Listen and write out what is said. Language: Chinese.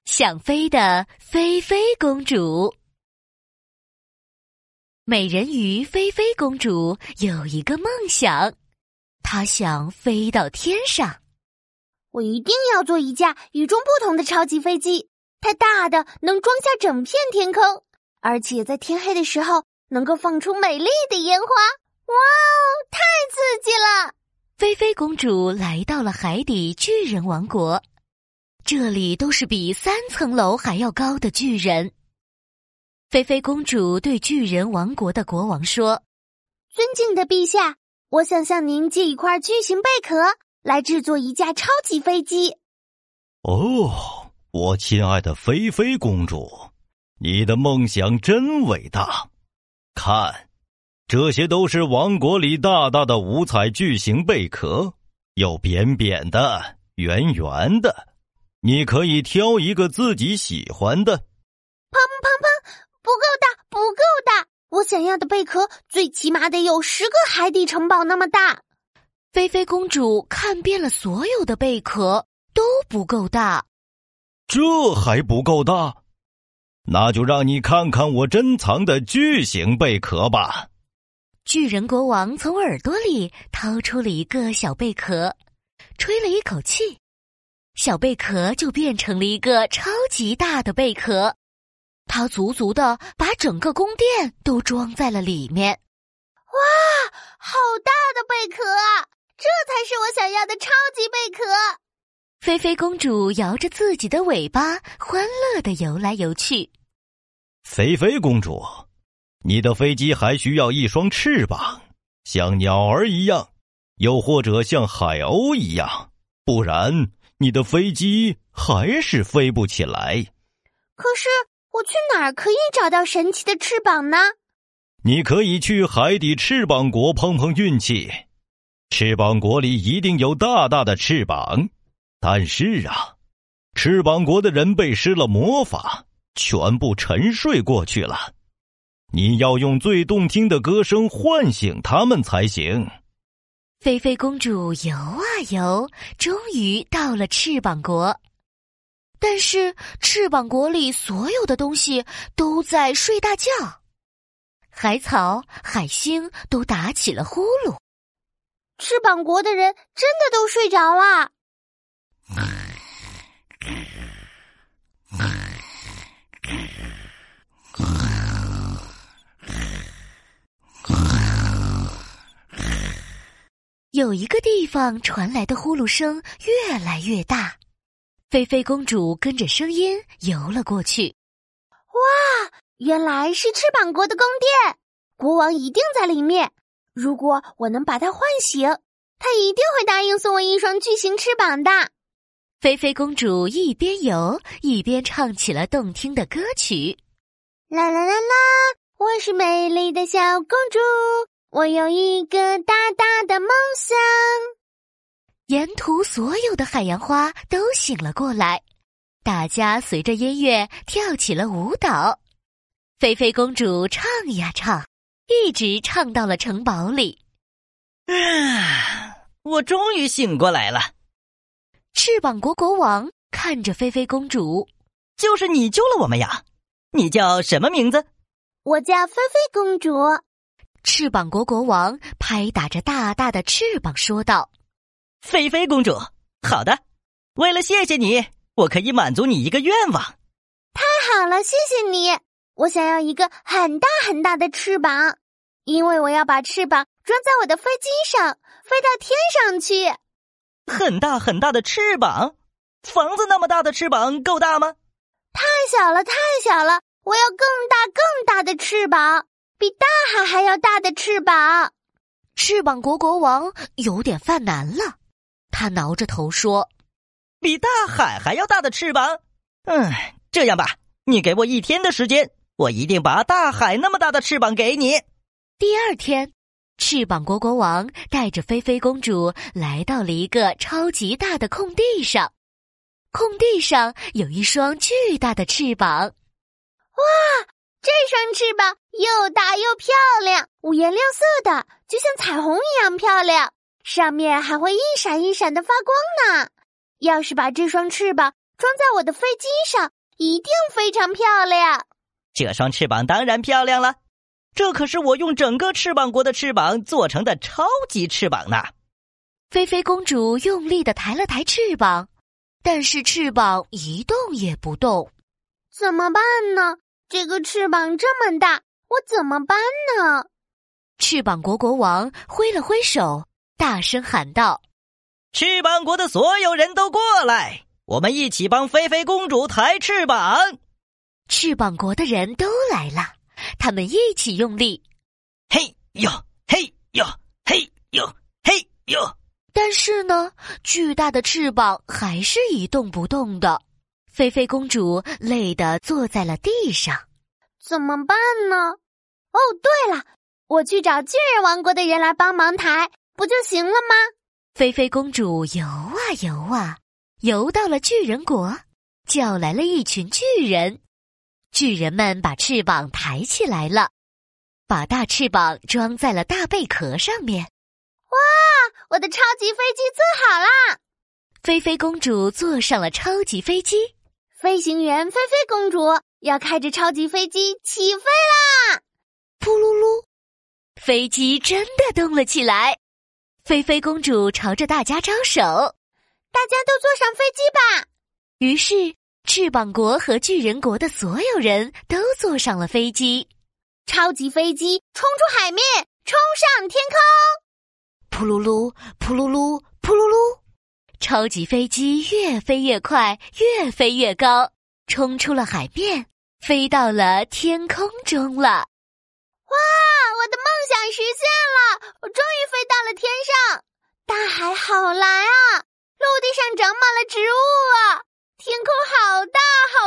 想飞的菲菲公主。美人鱼菲菲公主有一个梦想，她想飞到天上。 我一定要做一架与众不同的超级飞机，它大的能装下整片天空，而且在天黑的时候能够放出美丽的烟花。哇哦，太刺激了！ 菲菲公主来到了海底巨人王国，这里都是比3层楼还要高的巨人。菲菲公主对巨人王国的国王说： 尊敬的陛下，我想向您借一块巨型贝壳来制作一架超级飞机。 哦，我亲爱的菲菲公主，你的梦想真伟大。看，这些都是王国里大大的五彩巨型贝壳，有扁扁的，圆圆的，你可以挑一个自己喜欢的。 砰砰砰，不够大，不够大！我想要的贝壳最起码得有10个海底城堡那么大。 菲菲公主看遍了所有的贝壳，都不够大。 这还不够大？那就让你看看我珍藏的巨型贝壳吧。 巨人国王从耳朵里掏出了一个小贝壳，吹了一口气，小贝壳就变成了一个超级大的贝壳。他足足的把整个宫殿都装在了里面。 哇，好大的贝壳啊！这才是我想要的超级贝壳。 菲菲公主摇着自己的尾巴，欢乐地游来游去。 菲菲公主，你的飞机还需要一双翅膀，像鸟儿一样，又或者像海鸥一样，不然你的飞机还是飞不起来。 可是我去哪儿可以找到神奇的翅膀呢？ 你可以去海底翅膀国碰碰运气，翅膀国里一定有大大的翅膀。但是啊，翅膀国的人被施了魔法，全部沉睡过去了。你要用最动听的歌声唤醒他们才行。 菲菲公主游啊游，终于到了翅膀国。但是翅膀国里所有的东西都在睡大觉，海草、海星都打起了呼噜。 翅膀国的人真的都睡着了。 有一个地方传来的呼噜声越来越大，菲菲公主跟着声音游了过去。 哇，原来是翅膀国的宫殿，国王一定在里面。如果我能把他唤醒，他一定会答应送我一双巨型翅膀的。 菲菲公主一边游一边唱起了动听的歌曲。 啦啦啦啦，我是美丽的小公主，我有一个大大的梦想。 沿途所有的海洋花都醒了过来，大家随着音乐跳起了舞蹈。菲菲公主唱呀唱，一直唱到了城堡里。 我终于醒过来了。 翅膀国国王看着菲菲公主， 就是你救了我们呀！你叫什么名字？ 我叫菲菲公主。 翅膀国国王拍打着大大的翅膀说道： 菲菲公主，好的，为了谢谢你，我可以满足你一个愿望。 太好了，谢谢你。我想要一个很大很大的翅膀，因为我要把翅膀装在我的飞机上，飞到天上去。 很大很大的翅膀？房子那么大的翅膀够大吗？ 太小了，太小了！我要更大更大的翅膀，比大海还要大的翅膀。 翅膀国国王有点犯难了，他挠着头说： 比大海还要大的翅膀？这样吧，你给我1天的时间，我一定把大海那么大的翅膀给你。 第2天，翅膀国国王带着菲菲公主来到了一个超级大的空地上，空地上有一双巨大的翅膀。 哇，这双翅膀又大又漂亮，五颜六色的，就像彩虹一样漂亮，上面还会一闪一闪的发光呢。要是把这双翅膀装在我的飞机上， 一定非常漂亮。 这双翅膀当然漂亮了，这可是我用整个翅膀国的翅膀做成的超级翅膀呢。 菲菲公主用力地抬了抬翅膀，但是翅膀一动也不动。 怎么办呢？这个翅膀这么大，我怎么办呢？ 翅膀国国王挥了挥手，大声喊道： 翅膀国的所有人都过来，我们一起帮菲菲公主抬翅膀。 翅膀国的人都来了，他们一起用力， 嘿呦嘿呦嘿呦嘿呦。 但是呢，巨大的翅膀还是一动不动的。菲菲公主累得坐在了地上。 怎么办呢？哦，对了，我去找巨人王国的人来帮忙抬，不就行了吗？ 菲菲公主游啊游啊，游到了巨人国，叫来了一群巨人。巨人们把翅膀抬起来了，把大翅膀装在了大贝壳上面。 哇，我的超级飞机做好啦！ 菲菲公主坐上了超级飞机， 飞行员菲菲公主要开着超级飞机起飞啦！ 噗噜噜，飞机真的动了起来。菲菲公主朝着大家招手， 大家都坐上飞机吧。 于是翅膀国和巨人国的所有人都坐上了飞机。 超级飞机冲出海面，冲上天空！ 噗噜噜，噗噜噜，噗噜噜，超级飞机越飞越快，越飞越高，冲出了海面，飞到了天空中了。 哇，我的梦想实现了！我终于飞到了天上，大海好蓝啊，陆地上长满了植物啊，天空好大